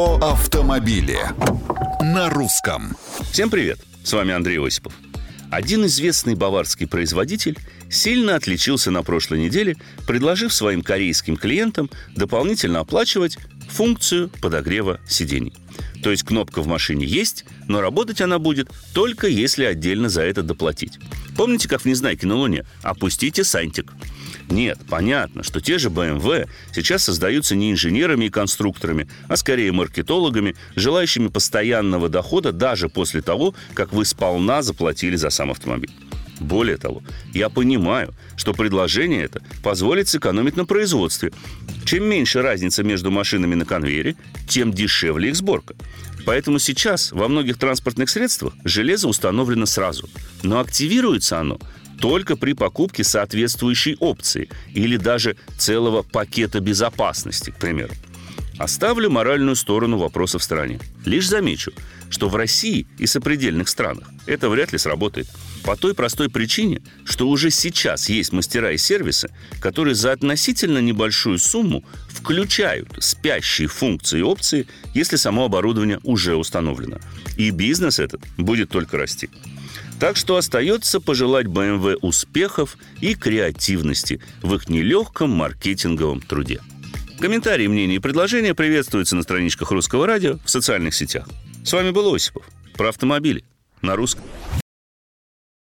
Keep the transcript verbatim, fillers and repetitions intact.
Про автомобили на русском. Всем привет, с вами Андрей Осипов. Один известный баварский производитель сильно отличился на прошлой неделе, предложив своим корейским клиентам дополнительно оплачивать функцию подогрева сидений. То есть кнопка в машине есть, но работать она будет только если отдельно за это доплатить. Помните, как в «Незнайке на Луне»? Опустите сантик. Нет, понятно, что те же бэ эм вэ сейчас создаются не инженерами и конструкторами, а скорее маркетологами, желающими постоянного дохода даже после того, как вы сполна заплатили за сам автомобиль. Более того, я понимаю, что предложение это позволит сэкономить на производстве. Чем меньше разница между машинами на конвейере, тем дешевле их сборка. Поэтому сейчас во многих транспортных средствах железо установлено сразу, но активируется оно только при покупке соответствующей опции или даже целого пакета безопасности, к примеру. Оставлю моральную сторону вопроса в стороне. Лишь замечу, что в России и сопредельных странах это вряд ли сработает. По той простой причине, что уже сейчас есть мастера и сервисы, которые за относительно небольшую сумму включают спящие функции и опции, если само оборудование уже установлено. И бизнес этот будет только расти. Так что остается пожелать бэ эм вэ успехов и креативности в их нелегком маркетинговом труде. Комментарии, мнения и предложения приветствуются на страничках Русского радио в социальных сетях. С вами был Осипов. Про автомобили на русском.